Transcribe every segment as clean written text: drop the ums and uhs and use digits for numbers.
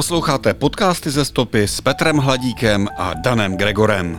Posloucháte podcasty ze stopy s Petrem Hladíkem a Danem Gregorem.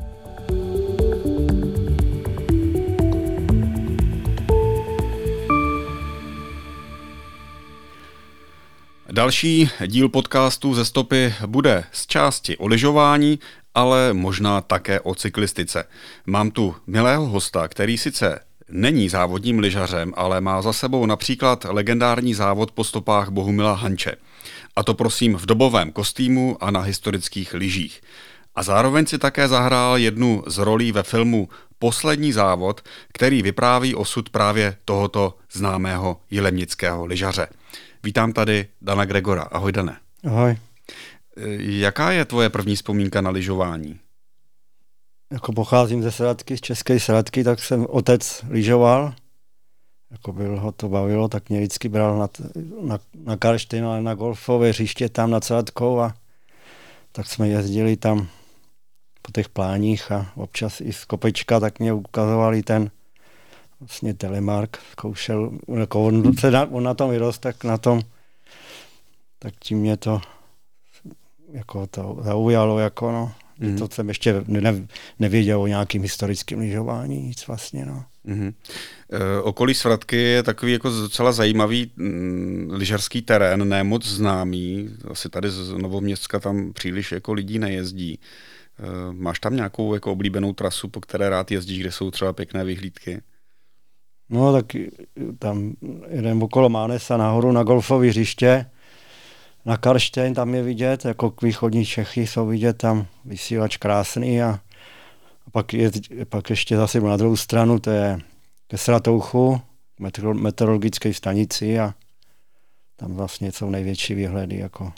Další díl podcastu ze stopy bude z části o lyžování, ale možná také o cyklistice. Mám tu milého hosta, který sice není závodním lyžařem, ale má za sebou například legendární závod po stopách Bohumila Hanče. A to prosím v dobovém kostýmu a na historických lyžích. A zároveň si také zahrál jednu z rolí ve filmu Poslední závod, který vypráví osud právě tohoto známého jilemnického lyžaře. Vítám tady Dana Gregora. Ahoj, Dane. Ahoj. Jaká je tvoje první vzpomínka na lyžování? Jako pocházím ze Sratky, z České Sratky, tak jsem otec lyžoval. Jako ho to bavilo, tak mě vždycky bral na Karlštejn, ale na golfové hřiště tam nad Sratkou a tak jsme jezdili tam po těch pláních a občas i z kopečka, tak mě ukazovali ten vlastně telemark, zkoušel, jako on na tom vyrost, tak na tom, tak tím mě to jako to zaujalo, jako no. To jsem ještě nevěděl o nějakým historickým lyžování, nic vlastně, no. Okolí Svratky je takový jako docela zajímavý lyžařský terén, ne moc známý, asi tady z Novoměstka tam příliš jako lidí nejezdí. Máš tam nějakou jako oblíbenou trasu, po které rád jezdíš, kde jsou třeba pěkné vyhlídky? No tak tam jeden okolo Mánesa nahoru na golfové hřiště, na Karlštejn, tam je vidět, jako východní Čechy jsou vidět, tam vysílač krásný a pak ještě zase na druhou stranu, to je ke Sratouchu, meteorologické stanici a tam vlastně jsou největší výhledy. Jako.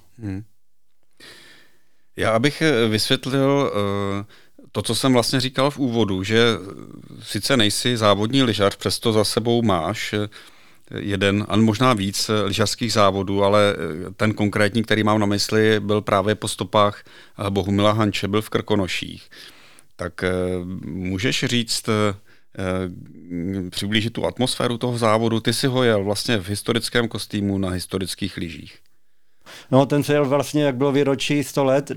Já abych vysvětlil to, co jsem vlastně říkal v úvodu, že sice nejsi závodní lyžař, přesto za sebou máš jeden a možná víc lyžařských závodů, ale ten konkrétní, který mám na mysli, byl právě po stopách Bohumila Hanče, byl v Krkonoších. Tak můžeš říct, přiblížit tu atmosféru toho závodu? Ty si ho jel vlastně v historickém kostýmu na historických lyžích. No, ten se jel vlastně, jak bylo výročí 100 let,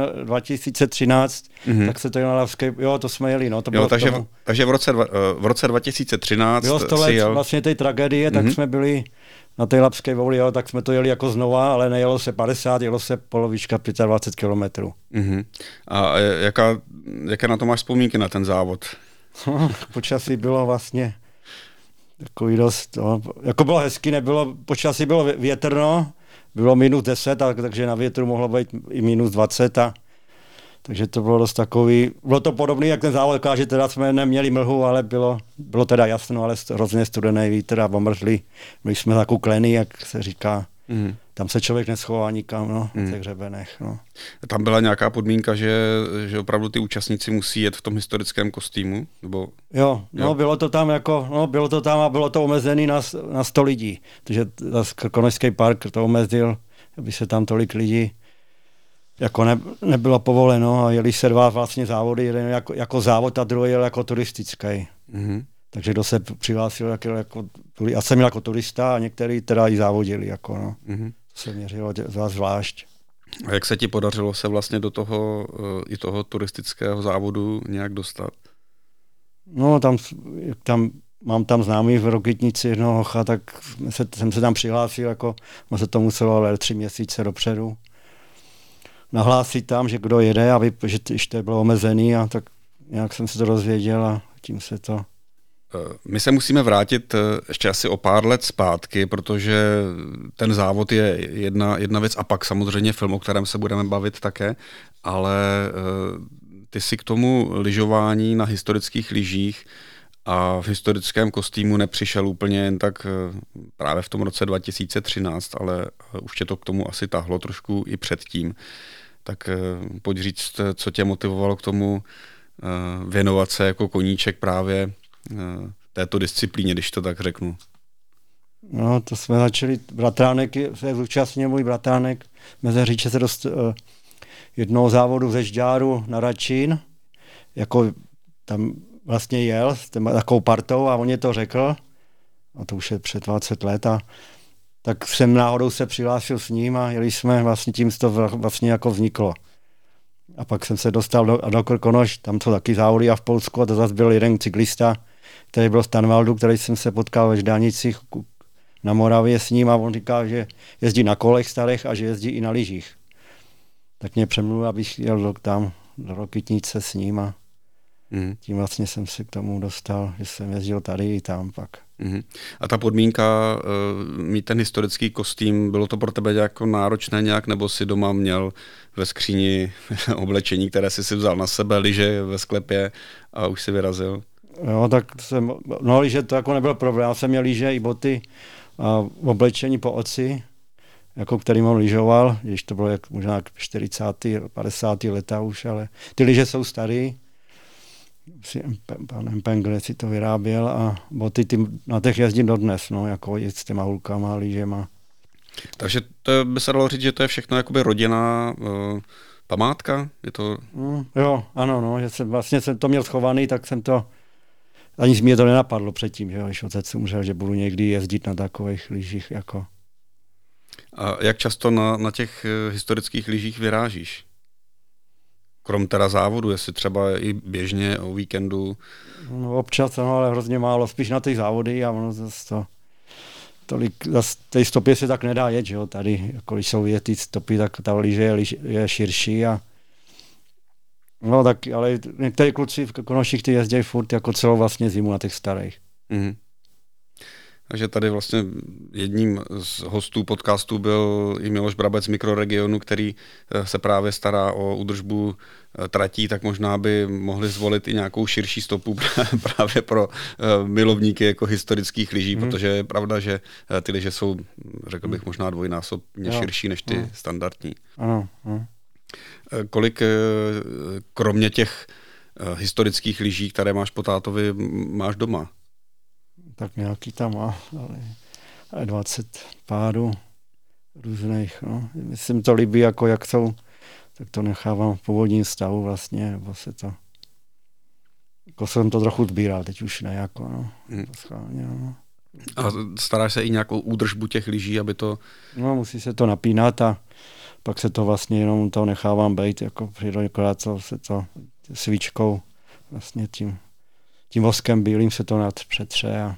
2013, tak se to jel na Lapské, jo, to jsme jeli, no. To bylo takže v roce 2013 bylo 100 let jel vlastně té tragédie, tak jsme byli na té Lapské vouli, jo, tak jsme to jeli jako znova, ale nejelo se 50, jelo se polovička 25 kilometrů. A jaké na to máš vzpomínky na ten závod? Počasí bylo vlastně takový dost, no, jako bylo hezky, nebylo, počasí bylo větrno, bylo -10, takže na větru mohlo být i -20, takže to bylo dost takový, bylo to podobné, jak ten závod, že teda jsme neměli mlhu, ale bylo teda jasno, ale hrozně studený vítr a omrzli, byli jsme zakuklený, jak se říká. Tam se člověk neschová nikam, no, v těch hřebenech. No. Tam byla nějaká podmínka, že opravdu ty účastníci musí jet v tom historickém kostýmu? Nebo... Jo, bylo to tam a bylo to omezený na 100 lidí. Takže Krkonošský park to omezil, aby se tam tolik lidí jako nebylo povoleno a jeli se dva vlastně závody, jeden jako závod a druhý jel jako turistický. Takže kdo se přihlásil, já jsem měl jako turista a některý teda i závodili. Jako, no. To se měřilo zvlášť. A jak se ti podařilo se vlastně do toho turistického závodu nějak dostat? No mám tam známý v Rokytnici jednoho hocha, tak jsem se tam přihlásil, jako se to muselo ale 3 měsíce dopředu nahlásit tam, že kdo jede, že to bylo omezený a tak nějak jsem se to dozvěděl a tím se to... My se musíme vrátit ještě asi o pár let zpátky, protože ten závod je jedna věc a pak samozřejmě film, o kterém se budeme bavit také, ale ty si k tomu lyžování na historických lyžích a v historickém kostýmu nepřišel úplně jen tak právě v tom roce 2013, ale už tě to k tomu asi tahlo trošku i předtím. Tak pojď říct, co tě motivovalo k tomu věnovat se jako koníček právě této disciplíně, když to tak řeknu. No, to jsme začali, bratránek se zúčastnil, můj bratránek Mezeříče se dost jednoho závodu ze Žďáru na Račín, jako tam vlastně jel s takovou partou a on je to řekl, a to už je před 20 let a tak jsem náhodou se přihlásil s ním a jeli jsme vlastně tím, to vlastně jako vzniklo. A pak jsem se dostal do Krkonoš, tam jsou taky závody a v Polsku a to zase byl jeden cyklista, který byl z Tanvaldu, který jsem se potkal ve Ždánicích na Moravě s ním a on říká, že jezdí na kolech starých a že jezdí i na lyžích. Tak mě přemluvil, abych jel tam do Rokytnice s ním a tím vlastně jsem se k tomu dostal, že jsem jezdil tady i tam pak. A ta podmínka mít ten historický kostým, bylo to pro tebe jako náročné nějak, nebo si doma měl ve skříni oblečení, které si vzal na sebe, lyže ve sklepě a už si vyrazil? Jo, tak lyže to jako nebyl problém. Já jsem měl lyže i boty a oblečení po oci, jako kterým on lyžoval, když to bylo možná 40. 50. leta už, ale ty lyže jsou starý. Pan Empengler si to vyráběl a boty na těch jezdím dodnes, no, jako jít s těma hulkama, lyžema. Takže to by se dalo říct, že to je všechno jakoby rodinná památka? Je to... Jo, ano, no, že jsem to měl schovaný, tak jsem to, ani mě to nenapadlo předtím, že jo, když otec umřel, že budu někdy jezdit na takových lyžích, jako. A jak často na těch historických lyžích vyrážíš? Krom teda závodu, jestli třeba i běžně o víkendu? No, občas, no, ale hrozně málo, spíš na ty závody a ono zase to tolik, zase té stopě se tak nedá jet, že jo, tady, jako když jsou ty stopy, tak ta lyže je širší a no tak, ale některé kluci v Konoších ty jezdí furt jako celou vlastně zimu na těch starých. Mm-hmm. Takže tady vlastně jedním z hostů podcastu byl i Miloš Brabec z Mikroregionu, který se právě stará o údržbu tratí, tak možná by mohli zvolit i nějakou širší stopu právě pro milovníky jako historických lyží, protože je pravda, že ty lyže jsou, řekl bych, možná dvojnásobně širší než ty standardní. Ano. Kolik, kromě těch historických lyží, které máš po tátovi, máš doma? Tak nějaký tam má, ale 20 pádů různých, no. Myslím, to líbí, jako jak jsou, tak to nechávám v původním stavu vlastně, nebo se to, jako jsem to trochu sbíral, teď už ne, jako, no. Schválně, no. A staráš se i nějakou údržbu těch lyží, aby to... No, musí se to napínat a pak se to vlastně jenom to nechávám bejt, jako přiroděkrát se to svíčkou, vlastně tím voskem bílým se to přetře a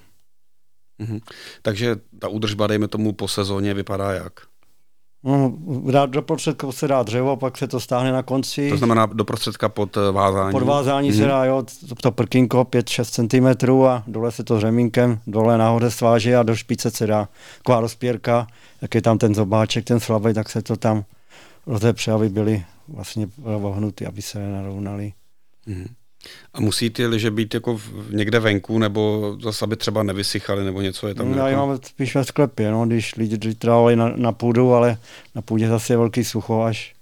Takže ta údržba, dejme tomu, po sezóně vypadá jak? No, do prostředka se dá dřevo, pak se to stáhne na konci. To znamená do prostředka pod vázání? Pod vázání se dá, jo, to prkínko 5-6 cm a dole se to řemínkem, dole nahoře sváže a do špice se dá taková rozpěrka, jak je tam ten zobáček, ten slabý, tak se to tam rozepře, aby byly vlastně vohnuty, aby se narovnaly. A musí ty lyže být jako někde venku, nebo zase, aby třeba nevysychaly, nebo něco je tam? No, já mám spíš ve sklepě, no, když lidi trávali na půdu, ale na půdě zase je velký sucho až.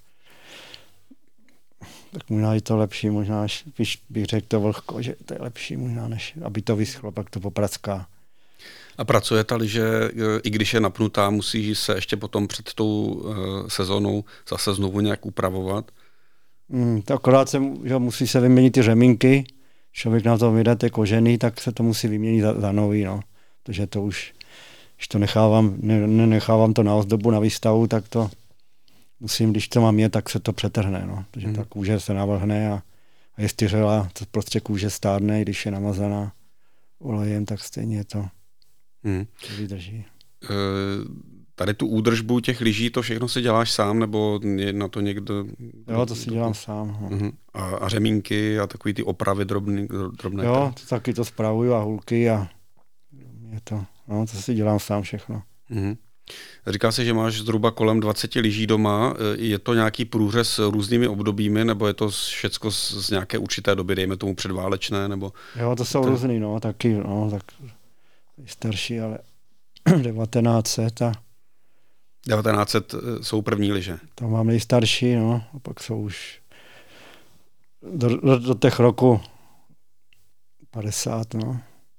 Tak možná je to lepší, možná spíš bych řekl to vlhko, že to je lepší možná, než aby to vyschlo, pak to popracká. A pracuje ta lyže, i když je napnutá, musí se ještě potom před tou sezónou zase znovu nějak upravovat? To akorát že musí se vyměnit ty řemínky, člověk na to vyjde ty kožený, tak se to musí vyměnit za nový, no. Protože to už, když to nechávám to na ozdobu, na výstavu, tak to musím, když to mám tak se to přetrhne, no. Takže ta kůže se navlhne a je styřela, to prostě kůže stárne, když je namazaná olejem, tak stejně to vydrží. Tady tu údržbu těch lyží, to všechno si děláš sám, nebo je na to někdo? Jo, to si dělám sám. No. A řemínky a takový ty opravy drobné? Jo, to taky to spravuju a hulky a je to, no, to si dělám sám všechno. Říká se, že máš zhruba kolem 20 lyží doma. Je to nějaký průřez s různými obdobími, nebo je to všecko z nějaké určité doby, dejme tomu předválečné? Nebo... Jo, to jsou různý, no, taky, no, tak starší, ale 1900 a 1900 jsou první lyže. To mám nejstarší, no, a pak jsou už do těch roku 50, no.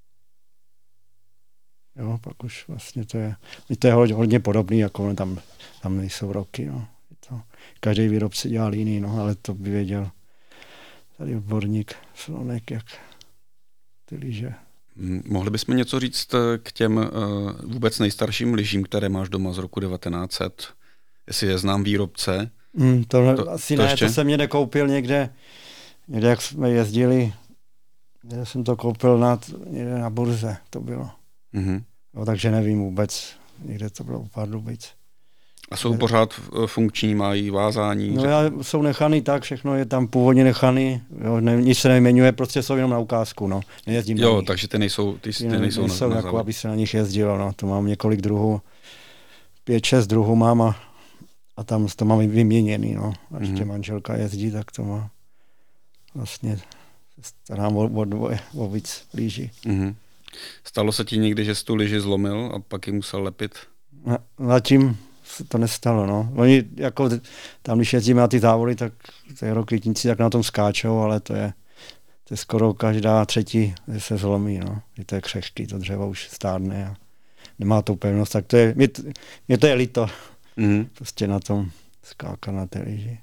Jo, pak už vlastně to je hodně podobný, jako tam nejsou roky, no. Každý výrobce dělal jiný, no, ale to by věděl tady odborník Slonek, jak ty lyže Mohli bychom něco říct k těm vůbec nejstarším lyžím, které máš doma z roku 1900? Jestli je znám výrobce? To asi ne, to jsem někde koupil někde jak jsme jezdili, někde jsem to koupil někde na burze, to bylo. No, takže nevím vůbec, někde to bylo u Pardubic. A jsou pořád funkční, mají vázání? No jsou nechaný tak, všechno je tam původně nechaný, jo, nic se nevyměňuje, prostě jsou jenom na ukázku, no. Nejezdím jo, takže ty nejsou na jako, aby se na nich jezdilo, no. To mám několik druhů, 5-6 druhů mám a tam to mám vyměněný, no. A ještě manželka jezdí, tak to má vlastně starám o víc lyží. Stalo se ti někdy, že jsi tu lyži zlomil a pak ji musel lepit? Zatím se to nestalo, no. Oni jako tam, když jezdíme na ty závody, tak ty rokvětníci tak na tom skáčou, ale to je skoro každá třetí se zlomí, no. To je křehký, to dřevo už stárne a nemá tu pevnost, tak to je, mě to je líto. Prostě na tom skákat na té lyži.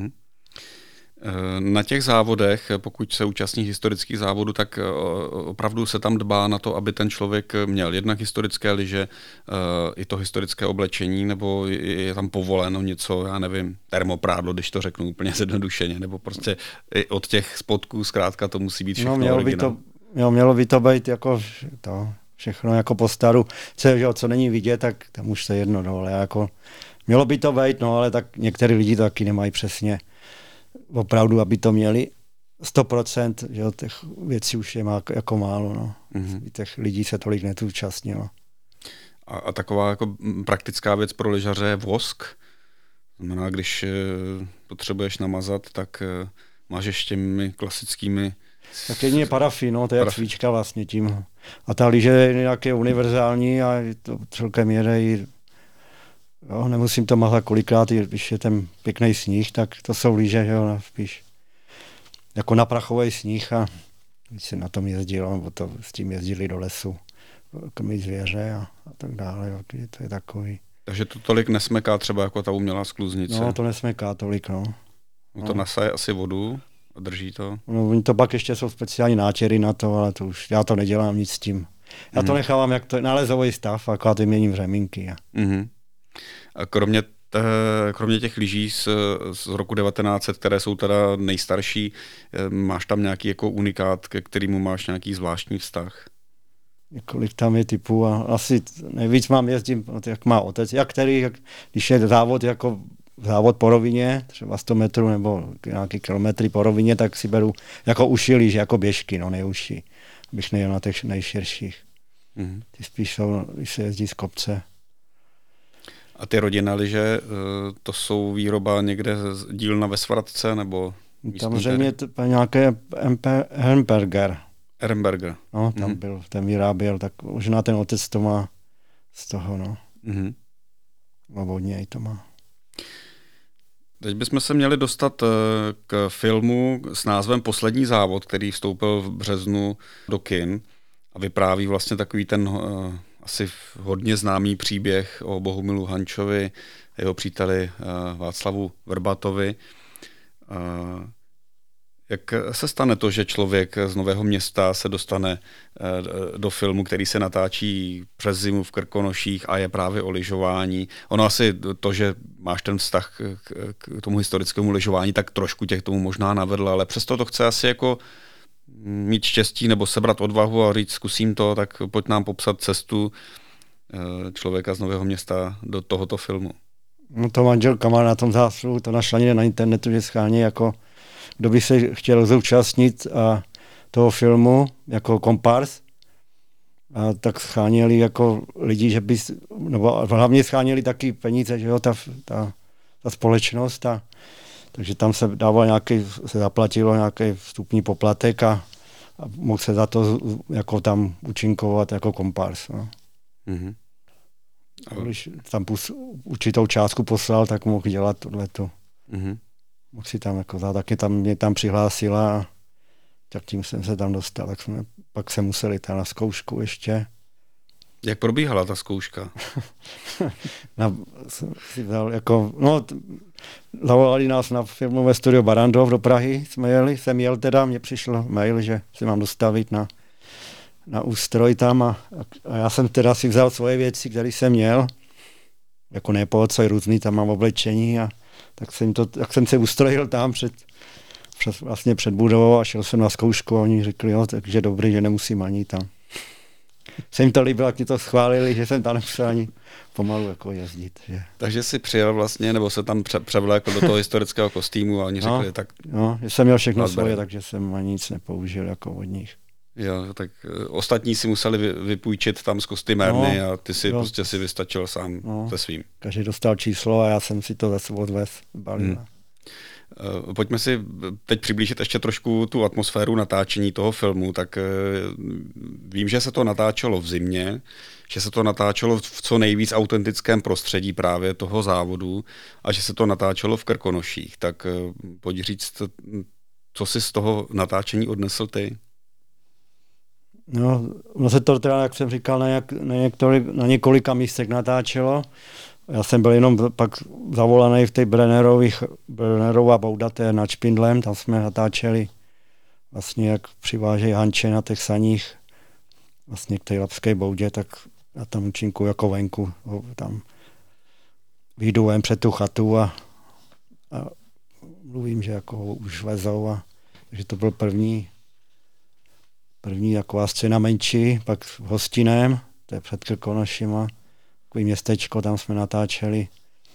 Na těch závodech, pokud se účastní historických závodů, tak opravdu se tam dbá na to, aby ten člověk měl jednak historické lyže, i to historické oblečení, nebo je tam povoleno něco, já nevím, termoprádlo, když to řeknu úplně zjednodušeně, nebo prostě i od těch spodků zkrátka to musí být všechno originál. Mělo by to být jako to, všechno jako po staru. Co není vidět, tak tam už se jedno dole. Jako, mělo by to být, no ale tak některý lidi to taky nemají přesně. Opravdu, aby to měli 100%, že těch věcí už je jako málo, no. Těch lidí se tolik nezúčastnilo. A taková jako praktická věc pro lyžaře je vosk. Znamená, když potřebuješ namazat, tak máš ještě těmi klasickými... Tak jedině parafín, no, to je jak svíčka vlastně tím. A ta lyže je nějaké univerzální a je to celkem jede. Jo, nemusím to mazat kolikrát, když je ten pěkný sníh, tak to jsou lyže, jo, spíš jako na prachový sníh a když se na tom jezdilo, nebo to s tím jezdili do lesu, krmit zvěře a tak dále, jo, to je takový. Takže to tolik nesmeká třeba jako ta umělá skluznice? No, to nesmeká tolik, no. To nasaje asi vodu a drží to? No, oni to pak ještě jsou speciální nátěry na to, ale to už, já to nedělám nic s tím. Já to nechávám jak to nálezový stav, akorát vyměním vřemínky. A kromě těch lyží z roku 1900, které jsou teda nejstarší, máš tam nějaký jako unikát, ke kterému máš nějaký zvláštní vztah? Kolik tam je typů a asi nejvíc mám jezdím, jak má otec, když je závod po rovině, třeba 100 metrů nebo nějaký kilometry po rovině, tak si beru jako uši lyže, jako běžky, no nejužší, abych nejel na těch nejširších. Ty spíš jsou, když se jezdí z kopce. A ty rodinné lyže, to jsou výroba někde dílna ve Svratce, nebo... Tam zřejmě nějaké Hermberger. No, tam byl, ten vyráběl, tak možná ten otec to má z toho, no. Nebo od něj to má. Teď bychom se měli dostat k filmu s názvem Poslední závod, který vstoupil v březnu do kin a vypráví vlastně takový ten asi hodně známý příběh o Bohumilu Hančovi, jeho příteli Václavu Vrbatovi. Jak se stane to, že člověk z Nového Města se dostane do filmu, který se natáčí přes zimu v Krkonoších a je právě o lyžování? Ono asi to, že máš ten vztah k tomu historickému lyžování, tak trošku tě k tomu možná navedlo, ale přesto to chce asi jako mít štěstí nebo sebrat odvahu a říct, zkusím to, tak pojď nám popsat cestu člověka z Nového Města do tohoto filmu. No to manželka má na tom zásluhu, to našla někde na internetu, že schání jako kdo by se chtěl zúčastnit toho filmu jako kompars, a tak scháněli jako lidi, že by, nebo hlavně scháněli taky peníze, že jo, ta společnost, takže tam se dával se zaplatilo nějaký vstupní poplatek a mohl se za to jako tam účinkovat jako kompars. No. A když tam určitou částku poslal, tak mohl dělat tohleto. Mohl si tam jako taky mě tam přihlásila a tak tím jsem se tam dostal. Tak pak se museli tam na zkoušku ještě. Jak probíhala ta zkouška? Zavolali nás na filmové studio Barrandov do Prahy, jsem jel teda, mně přišel mail, že se mám dostavit na ústroj tam a já jsem teda si vzal svoje věci, které jsem měl, jako nepocoj různý, tam mám oblečení a tak jsem se ustrojil tam před budovou a šel jsem na zkoušku a oni řekli, jo, takže dobrý, že nemusím ani tam. Se jim to líbilo, jak mi to schválili, že jsem tam nemusel ani pomalu jako jezdit. Že. Takže jsi přijel vlastně, nebo se tam převlékl do toho historického kostýmu a oni řekli, tak... No, že jsem měl všechno svoje, takže jsem ani nic nepoužil jako od nich. Jo, tak ostatní si museli vypůjčit tam z kostymérny a ty si prostě si vystačil sám se svým. Každý dostal číslo a já jsem si to zase odvez balil. Pojďme si teď přiblížit ještě trošku tu atmosféru natáčení toho filmu, tak vím, že se to natáčelo v zimě, že se to natáčelo v co nejvíc autentickém prostředí právě toho závodu a že se to natáčelo v Krkonoších. Tak pojď říct, co jsi z toho natáčení odnesl ty? No se to teda, jak jsem říkal, na několika místech natáčelo. Já jsem byl jenom pak zavolaný v té Brennerova bouda, to je nad Špindlem, tam jsme natáčeli vlastně, jak přivážejí Hanče na těch saních vlastně k té Lapské boudě, tak já tam účinkuju jako venku, tam vyjdu ven před tu chatu a mluvím, že jako už vezou takže to byl první taková scéna menší, pak v Hostinem, to je před Krkonošima, takový městečko, tam jsme natáčeli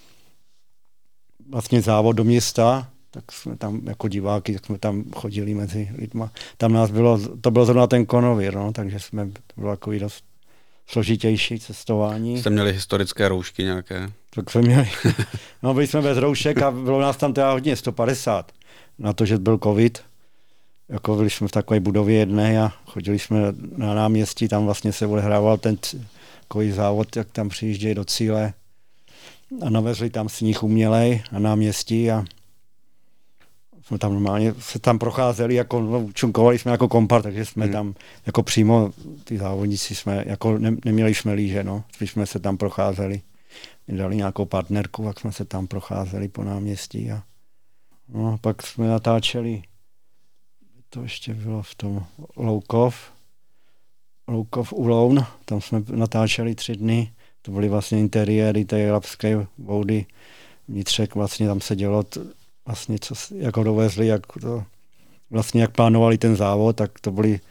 vlastně závod do města, tak jsme tam jako diváky, tak jsme tam chodili mezi lidma. Tam to bylo zrovna ten konovír, no, takže to bylo takový dost složitější cestování. Jste měli historické roušky nějaké? Tak jsme měli, no byli jsme bez roušek a bylo nás tam teda hodně, 150, na to, že byl covid. Jako byli jsme v takové budově jedné a chodili jsme na náměstí, tam vlastně se odehrával ten takový závod, jak tam přijíždějí do cíle a navezli tam sníh umělej na náměstí a jsme tam normálně se tam procházeli, jako čunkovali jsme jako kompar, takže jsme tam jako přímo, ty závodníci jsme, jako neměli jsme líže, no, když jsme se tam procházeli. Mě dali nějakou partnerku, tak jsme se tam procházeli po náměstí a no, pak jsme natáčeli, to ještě bylo v tom Loukov u Loun, tam jsme natáčeli 3 dny, to byly vlastně interiéry té Lapské boudy, vnitřek vlastně tam se dělo, vlastně co jako dovezli, jak plánovali ten závod, tak to byly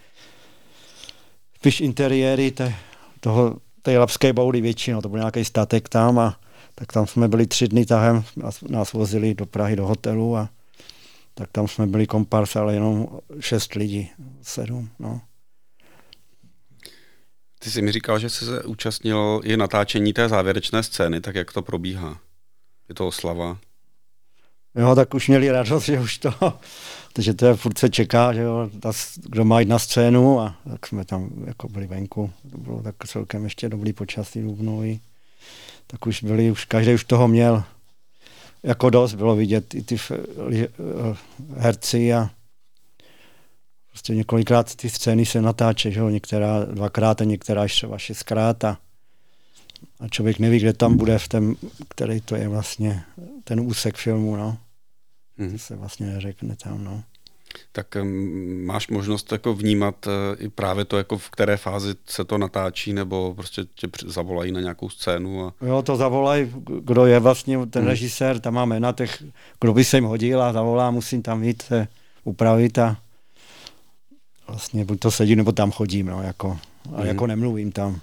spíš interiéry té Lapské boudy většinou, to byl nějaký statek tam a tak tam jsme byli 3 dny tahem, nás vozili do Prahy do hotelu a tak tam jsme byli kompars, ale jenom 6 lidí, 7, no. Ty jsi mi říkal, že jsi se účastnil i natáčení té závěrečné scény, tak jak to probíhá? Je to oslava? Jo, tak už měli radost, že už to, takže to je furt se čeká, že jo, kdo má jít na scénu a tak jsme tam jako byli venku, to bylo tak celkem ještě dobrý počasí dubnový, tak už každý už toho měl jako dost, bylo vidět i ty herci a prostě několikrát ty scény se natáče, že jo, některá 2krát a některá až třeba 6krát a člověk neví, kde tam bude který to je vlastně ten úsek filmu, no. To se vlastně neřekne tam, no. Tak máš možnost jako vnímat i právě to, jako v které fázi se to natáčí, nebo prostě tě zavolají na nějakou scénu? Jo, to zavolají, kdo je vlastně ten režisér, tam má jména těch, kdo by se jim hodil a zavolá, musím tam jít se upravit a vlastně buď to sedím, nebo tam chodím, no, jako, ale jako nemluvím tam.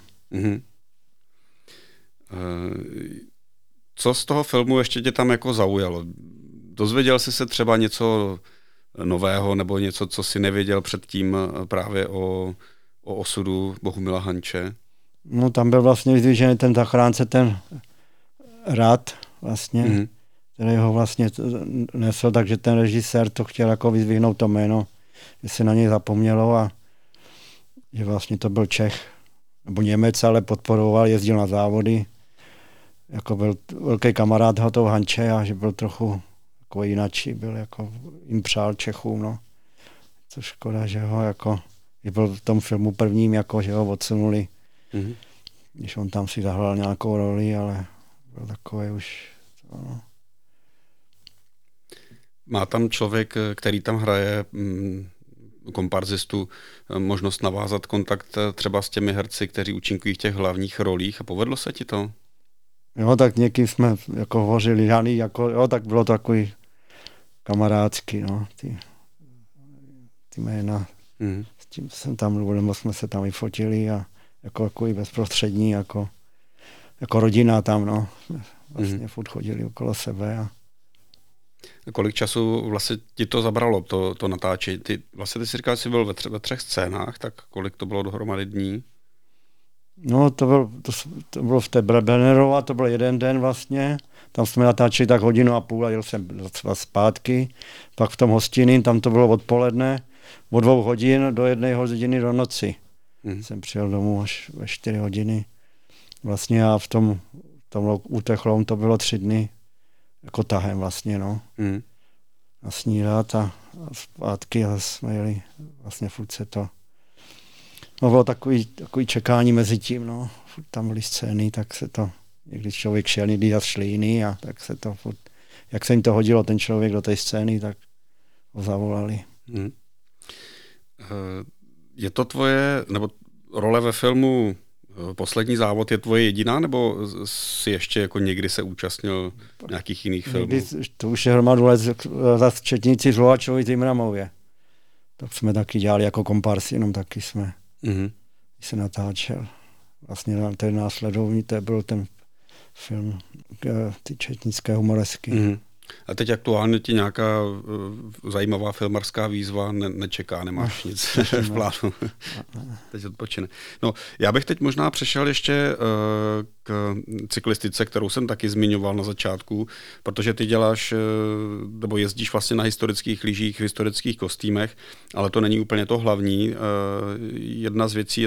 Co z toho filmu ještě tě tam jako zaujalo? Dozvěděl jsi se třeba něco nového nebo něco, co jsi nevěděl předtím právě o osudu Bohumila Hanče? No tam byl vlastně vyzdvižený ten zachránce, ten Rad vlastně, který ho vlastně nesl, takže ten režisér to chtěl jako vyzdvihnout to jméno, že se na něj zapomnělo a že vlastně to byl Čech nebo Němec, ale podporoval, jezdil na závody, jako byl velký kamarád toho Hanče a že byl trochu jako jinačí, byl jako jim přál Čechům, no. Co škoda, že ho jako, že byl v tom filmu prvním, jako, že ho odsunuli, když on tam si zahrál nějakou roli, ale byl takový už, no. Má tam člověk, který tam hraje komparzistu možnost navázat kontakt třeba s těmi herci, kteří účinkují v těch hlavních rolích a povedlo se ti to? Jo, tak někým jsme jako hovořili, žádný, jako, jo, tak bylo to takový kamarádský, no, ty jména. S tím jsem tam mluvil, nebo jsme se tam i fotili a jako takový bezprostřední, jako rodina tam, no. Vlastně furt chodili okolo sebe. A kolik času vlastně ti to zabralo, to natáčení? Ty si říkal, že jsi byl ve 3 scénách, tak kolik to bylo dohromady dní? No, to bylo v té Brennerova, to byl jeden den vlastně. Tam jsme natáčeli tak 1,5 hodiny a jel jsem zpátky. Pak v tom Hostinným, tam to bylo odpoledne, od 2 hodin do 1 hodiny do noci. Jsem přijel domů až ve 4 hodiny. Vlastně a v tom Utechlou to bylo 3 dny jako tahem vlastně, no. A snídat a zpátky a jsme jeli vlastně furt se to. No bylo takový čekání mezi tím, no. Furt tam byly scény, tak se to, když člověk šel, někdy zase šli jiný a tak se to furt, jak se jim to hodilo, ten člověk do té scény, tak ho zavolali. Je to tvoje, nebo role ve filmu Poslední závod je tvoje jediná, nebo jsi ještě jako někdy se účastnil nějakých jiných filmů? To už je hromadu let za Četnici z Lovačovi v Mramově. Tak jsme taky dělali jako kompars, jenom taky jsme se natáčel. Vlastně ten následovní, to byl ten film, ty četnické humoresky. A teď aktuálně ti nějaká zajímavá filmarská výzva nečeká, nemáš nic v plánu. Teď odpočine. No, já bych teď možná přešel ještě k cyklistice, kterou jsem taky zmiňoval na začátku, protože ty děláš, nebo jezdíš vlastně na historických lyžích, v historických kostýmech, ale to není úplně to hlavní. Jedna z věcí,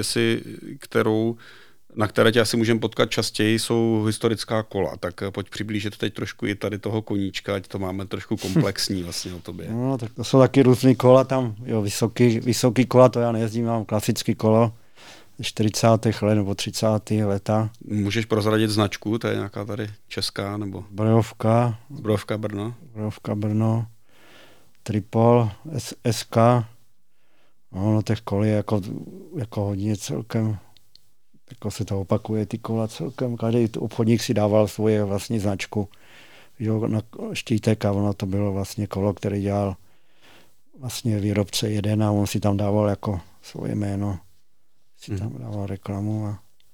na které tě asi můžeme potkat častěji, jsou historická kola. Tak pojď přiblížit teď trošku i tady toho koníčka, ať to máme trošku komplexní vlastně o tobě. No, tak to jsou taky různý kola tam, jo, vysoký kola, to já nejezdím, mám klasický kolo 40. let nebo 30. leta. Můžeš prozradit značku, to je nějaká tady česká nebo? Zbrojovka Brno, Tripol, SK, no těch kol je jako hodně celkem. Jako se to opakuje, ty kola celkem. Každý obchodník si dával svoje vlastní značku. Jo, na štítek a ono to bylo vlastně kolo, který dělal vlastně výrobce jeden a on si tam dával jako svoje jméno. Si tam dával reklamu.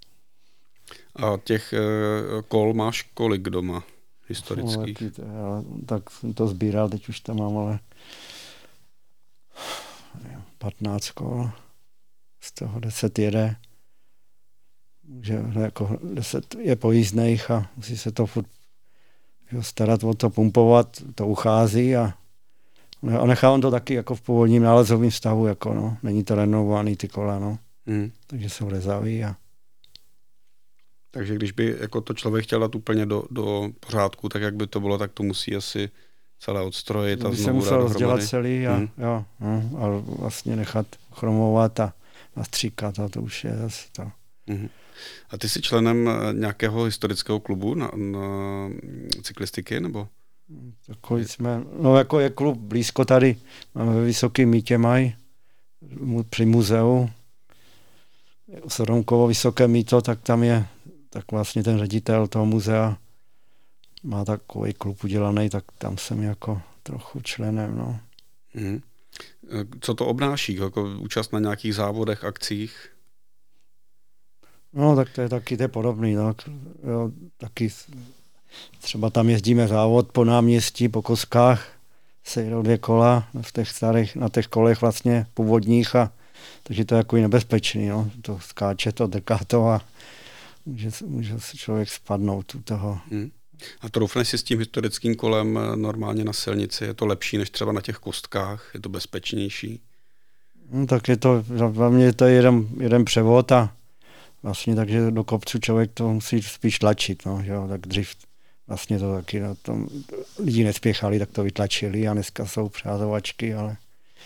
A těch kol máš kolik doma historických? Tak jsem to sbíral, teď už tam mám ale 15 kol. Z toho 10 jede. Že jako 10 je pojízdných a musí se to furt starat o to, pumpovat, to uchází a nechávám to taky jako v původním nálezovém stavu, jako no, není to renovovaný ty kola, no. Takže jsou rezaví a takže když by jako to člověk chtěl dát úplně do pořádku, tak jak by to bylo, tak to musí asi celé odstrojit a znovu dát dohromady. Rozdělat celý a vlastně nechat chromovat a nastříkat a to už je zase to. A ty jsi členem nějakého historického klubu na cyklistiky, nebo? Takový jsme, no jako je klub blízko tady, máme ve Vysokém Mýtě při muzeu, Soronkovo Vysoké Mýto, tak tam je, tak vlastně ten ředitel toho muzea má takový klub udělaný, tak tam jsem jako trochu členem, no. Co to obnáší, jako účast na nějakých závodech, akcích? No, tak to je taky podobný, no. Jo, taky třeba tam jezdíme závod po náměstí, po koskách, se jedou 2 kola na těch kolech vlastně původních takže to je jako nebezpečný, no. To skáče to, drká to a může se člověk spadnout u toho. A troufneš si s tím historickým kolem normálně na silnici? Je to lepší než třeba na těch kostkách? Je to bezpečnější? No, tak je to, za mě to je jeden převod a vlastně takže do kopců člověk to musí spíš tlačit, no, jo, tak dřív vlastně to taky na tom lidi nespěchali, tak to vytlačili a dneska jsou přázovačky, ale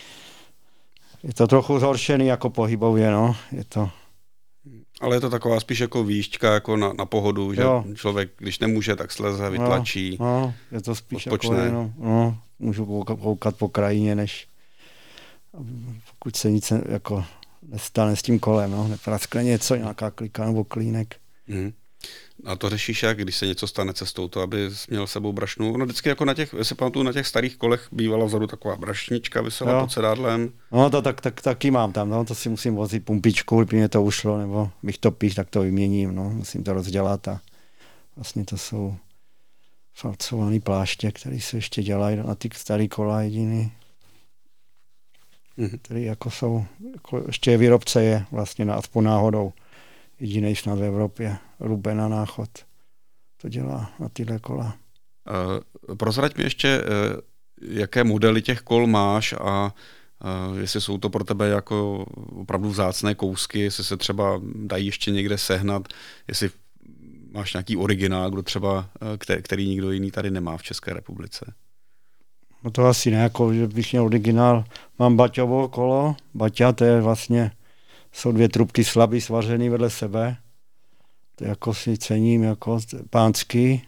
je to trochu zhoršený jako pohybově, no, je to. Ale je to taková spíš jako výšťka, jako na pohodu, že jo. Člověk, když nemůže, tak sleze, vytlačí. No, je to spíš odpočne. Jako jenom, no, můžu koukat po krajině, pokud se nic jako nestane s tím kolem, no, nepraskne něco, nějaká klika nebo klínek. A to řešíš jak, když se něco stane cestou, to, aby měl s sebou brašnu? No vždycky jako si pamatuju, na těch starých kolech bývala vzadu taková brašnička, vysela pod sedádlem. No to taky mám tam, no, to si musím vozit pumpičku, kdyby mě to ušlo, nebo bych to pích, tak to vyměním, no, musím to rozdělat a vlastně to jsou falcované pláště, které se ještě dělají na ty staré kola jediný, který jako jsou, jako ještě výrobce je vlastně aspoň náhodou jedinej snad v Evropě, Rubena Náchod. To dělá na tyhle kola. Prozrať mi ještě, jaké modely těch kol máš a jestli jsou to pro tebe jako opravdu vzácné kousky, jestli se třeba dají ještě někde sehnat, jestli máš nějaký originál, kdo třeba, který nikdo jiný tady nemá v České republice. No to asi ne, jako, že bych měl originál. Mám Baťovo kolo. Baťa, to je vlastně, jsou 2 trubky slabý svařený vedle sebe. To jako si cením, jako pánský.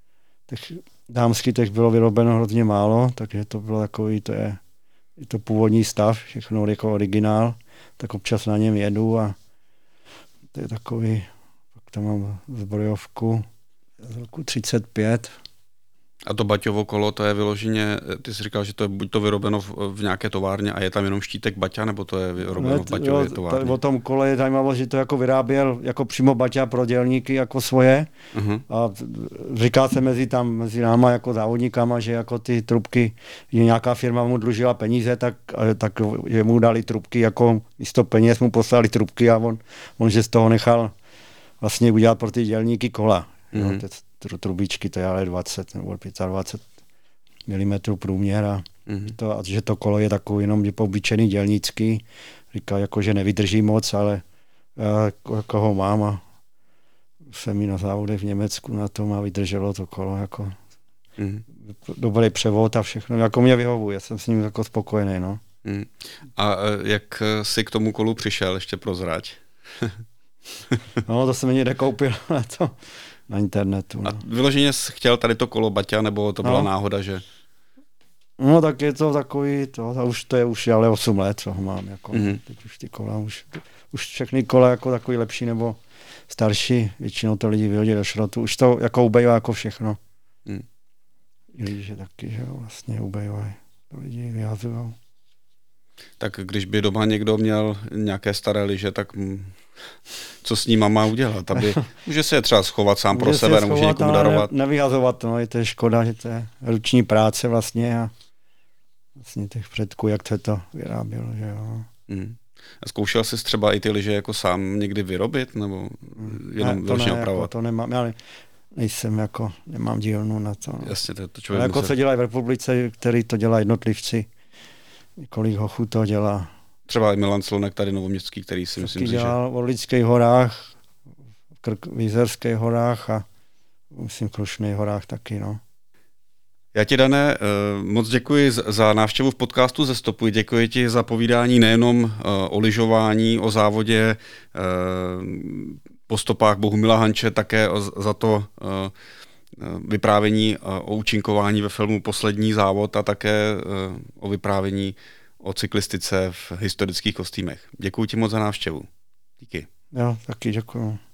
Dámský těch bylo vyrobeno hrozně málo, takže to bylo takový, to je to původní stav, všechno jako originál, tak občas na něm jedu a to je takový, pak tam mám zbrojovku z roku 35. A to Baťovo kolo, to je vyloženě, ty jsi říkal, že to je buď to vyrobeno v nějaké továrně a je tam jenom štítek Baťa, nebo to je vyrobeno v Baťově továrně? O tom kole je zajímavost, že to jako vyráběl jako přímo Baťa pro dělníky jako svoje. A říká se mezi náma jako závodníkama, že jako ty trubky, že nějaká firma mu dlužila peníze, tak že mu dali trubky, jako místo peněz mu poslali trubky a on že z toho nechal vlastně udělat pro ty dělníky kola. Trubičky, to je ale 20 nebo 25 mm průměr a že to kolo je takový jenom obyčejný dělnický. Říká, jako, že nevydrží moc, ale já jako ho mám a jsem mi na závodech v Německu na tom a vydrželo to kolo. Jako dobrý převod a všechno. Jako mě vyhovuje, jsem s ním jako spokojený. No. A jak jsi k tomu kolu přišel, ještě prozrať? No, to jsem někde koupil na internetu. No. A vyloženě jsi chtěl tady to kolo Baťa, nebo to byla náhoda, že? No tak je to takový, to je už ale 8 let, co ho mám. Jako. Teď už ty kola, už všechny kola jako takový lepší nebo starší, většinou to lidi vyhodí do šrotu. Už to jako ubejvá jako všechno. Líže taky, že vlastně ubejvají. To lidi vyhazujou. Tak když by doma někdo měl nějaké staré lyže, tak co s nima má udělat? Může se je třeba schovat sám pro sebe, nemůže někomu darovat. Nevyhazovat, no, je to škoda, že to je ruční práce vlastně a vlastně těch předků, jak se to vyrábělo, že jo. A zkoušel jsi třeba i ty lyže jako sám někdy vyrobit, nebo jenom vyloženě opravovat? Jako to nemám, já nejsem jako, nemám dílnu na to. No. Jasně, to člověk jako se dělají v republice, který to dělají jednotlivci, několik hochů to dělá. Třeba i Milan Slonek tady novoměstský, který si myslím, že dělal v Orlických horách, v Jizerských horách a myslím v Krušných horách taky, no. Já ti, Dané, moc děkuji za návštěvu v podcastu Zestopuj. Děkuji ti za povídání nejenom o lyžování, o závodě, po stopách Bohumila Hanče, také za to vyprávění o účinkování ve filmu Poslední závod a také o vyprávění o cyklistice v historických kostýmech. Děkuji ti moc za návštěvu. Díky. Jo, taky děkuji.